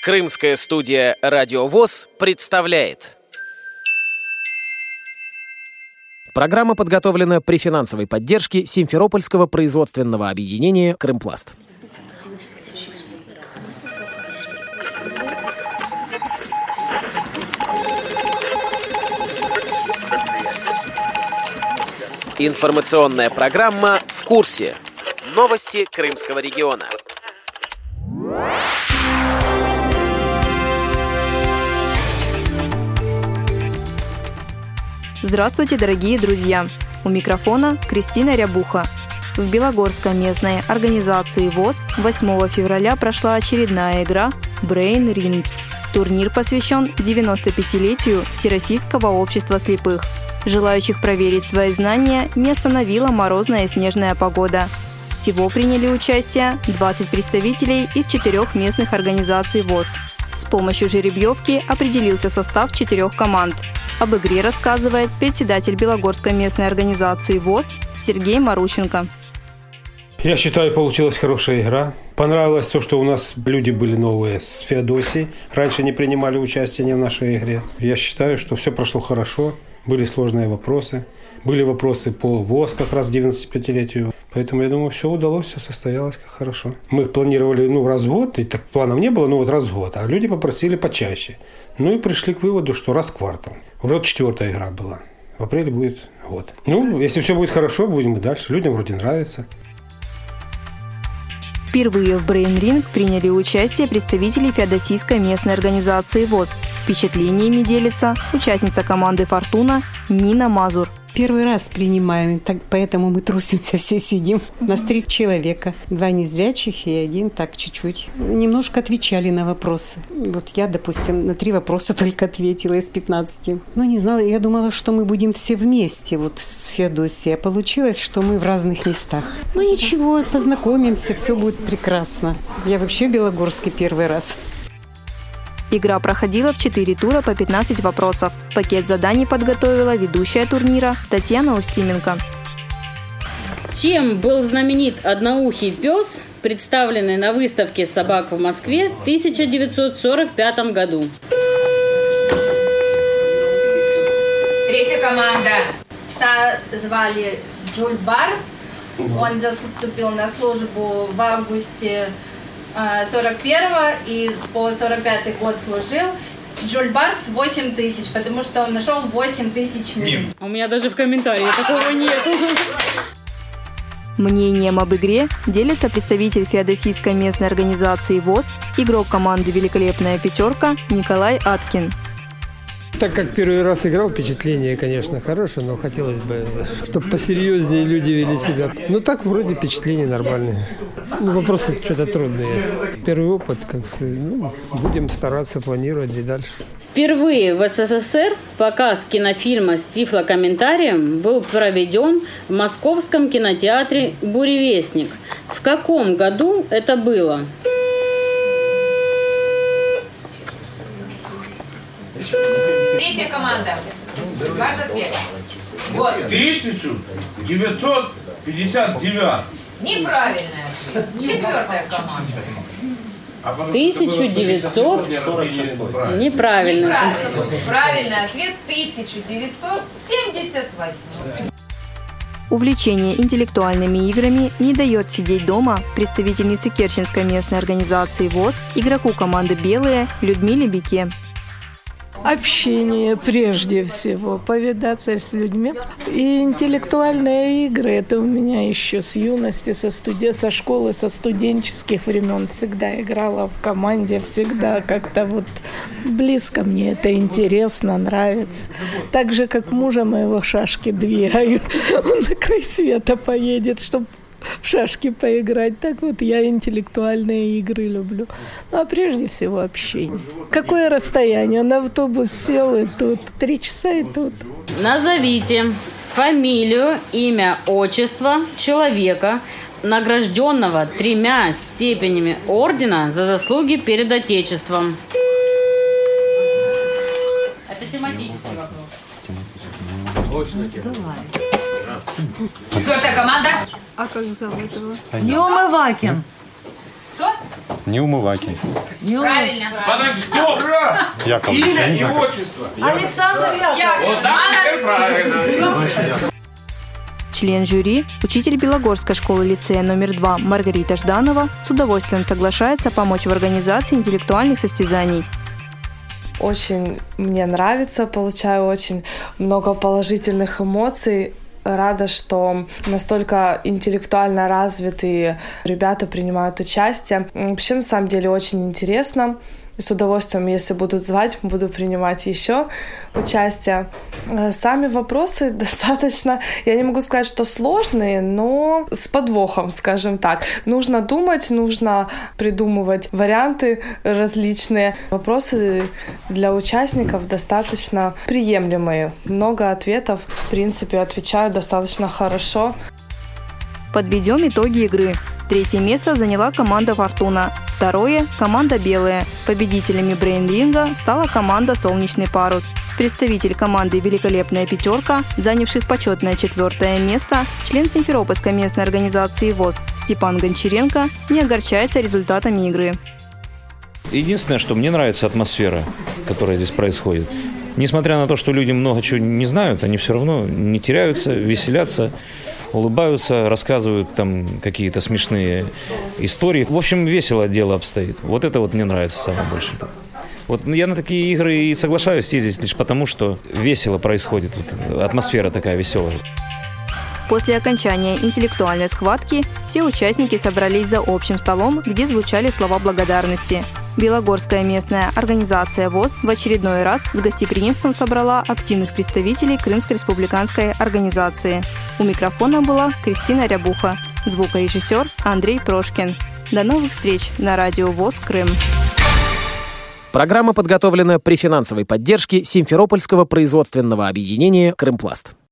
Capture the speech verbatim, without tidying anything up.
Крымская студия «Радио ВОС» представляет. Программа подготовлена при финансовой поддержке Симферопольского производственного объединения «Крымпласт». Информационная программа «В курсе». Новости Крымского региона. Здравствуйте, дорогие друзья! У микрофона Кристина Рябуха. В Белогорской местной организации ВОС восьмого февраля прошла очередная игра Brain Ring. Турнир посвящен девяносто пятилетию Всероссийского общества слепых. Желающих проверить свои знания не остановила морозная и снежная погода. Всего приняли участие двадцать представителей из четырех местных организаций ВОС. С помощью жеребьевки определился состав четырех команд. Об игре рассказывает председатель Белогорской местной организации ВОС Сергей Марущенко. Я считаю, получилась хорошая игра. Понравилось то, что у нас люди были новые с Феодосией. Раньше не принимали участие в нашей игре. Я считаю, что все прошло хорошо. Были сложные вопросы. Были вопросы по ВОС как раз девяностопятилетию. Поэтому, я думаю, все удалось, все состоялось как хорошо. Мы планировали ну, раз в год, и так планов не было, но вот раз в год. А люди попросили почаще. Ну и пришли к выводу, что раз в квартал. Уже вот четвертая игра была. В апреле будет год. Ну, если все будет хорошо, будем и дальше. Людям вроде нравится. Впервые в Brain Ring приняли участие представители Феодосийской местной организации ВОС. Впечатлениями делится участница команды «Фортуна» Нина Мазур. Первый раз принимаем, так, поэтому мы трусимся, все сидим. Нас три человека. Два незрячих и один так чуть-чуть. Немножко отвечали на вопросы. Вот я, допустим, на три вопроса только ответила из пятнадцати. Ну, не знаю, я думала, что мы будем все вместе вот с Феодосией. А получилось, что мы в разных местах. Ну, ничего, познакомимся, все будет прекрасно. Я вообще в Белогорске первый раз. Игра проходила в четыре тура по пятнадцать вопросов. Пакет заданий подготовила ведущая турнира Татьяна Устименко. Чем был знаменит одноухий пес, представленный на выставке собак в Москве в тысяча девятьсот сорок пятом году? Третья команда. Пса звали Джульбарс. Он заступил на службу в августе сорок первого и по сорок пятый год служил. Джульбарс восемь тысяч, потому что он нашел восемь тысяч мин. У меня даже в комментарии такого нету. Мнением об игре делится представитель Феодосийской местной организации ВОС, игрок команды «Великолепная пятерка» Николай Аткин. Так как первый раз играл, впечатление, конечно, хорошее, но хотелось бы, чтобы посерьезнее люди вели себя. Ну так, вроде впечатления нормальные. Ну, вопросы что-то трудные. Первый опыт, как сказать, ну, будем стараться планировать и дальше. Впервые в СССР показ кинофильма с тифлокомментарием был проведен в Московском кинотеатре «Буревестник». В каком году это было? Третья команда. Ваш ответ. Год. тысяча девятьсот пятьдесят девятый. Неправильно. Четвертая команда. тысяча девятьсот Неправильно. Неправильно. Правильный ответ тысяча девятьсот семьдесят восьмой. Увлечение интеллектуальными играми не дает сидеть дома представительнице Керченской местной организации ВОС, игроку команды «Белые» Людмиле Бике. Общение прежде всего, повидаться с людьми. И интеллектуальные игры, это у меня еще с юности, со, студ... со школы, со студенческих времен всегда играла в команде, всегда как-то вот близко мне это интересно, нравится. Так же, как мужа моего шашки двигают, он на край света поедет, чтобы в шашки поиграть. Так вот, я интеллектуальные игры люблю. Ну, а прежде всего общение. Какое расстояние? На автобус сел и тут. Три часа и тут. Назовите фамилию, имя, отчество человека, награжденного тремя степенями ордена за заслуги перед Отечеством. Это тематический вопрос. Давай. Четвертая команда. А как зовут его? Неумывакин. Кто? Неумываки. Правильно. Подожди, стоп! Яков. Имя и отчество. Александр Яков. Вот так теперь правильно. Член жюри, учитель Белогорской школы-лицея номер два Маргарита Жданова с удовольствием соглашается помочь в организации интеллектуальных состязаний. Очень мне нравится, получаю очень много положительных эмоций. Рада, что настолько интеллектуально развитые ребята принимают участие. Вообще, на самом деле, очень интересно. И с удовольствием, если будут звать, буду принимать еще участие. Сами вопросы достаточно, я не могу сказать, что сложные, но с подвохом, скажем так. Нужно думать, нужно придумывать варианты различные. Вопросы для участников достаточно приемлемые. Много ответов, в принципе, отвечаю достаточно хорошо. Подведем итоги игры. Третье место заняла команда «Фортуна». Второе – команда «Белые». Победителями брейн-ринга стала команда «Солнечный парус». Представитель команды «Великолепная пятерка», занявших почетное четвертое место, член Симферопольской местной организации ВОС Степан Гончаренко, не огорчается результатами игры. Единственное, что мне нравится атмосфера, которая здесь происходит. Несмотря на то, что люди много чего не знают, они все равно не теряются, веселятся, улыбаются, рассказывают там какие-то смешные истории. В общем, весело дело обстоит. Вот это вот мне нравится самое больше. Вот я на такие игры и соглашаюсь ездить лишь потому, что весело происходит. Вот, атмосфера такая веселая. После окончания интеллектуальной схватки все участники собрались за общим столом, где звучали слова благодарности. Белогорская местная организация ВОС в очередной раз с гостеприимством собрала активных представителей Крымской республиканской организации. У микрофона была Кристина Рябуха, звукорежиссер Андрей Прошкин. До новых встреч на радио ВОС Крым. Программа подготовлена при финансовой поддержке Симферопольского производственного объединения «Крымпласт».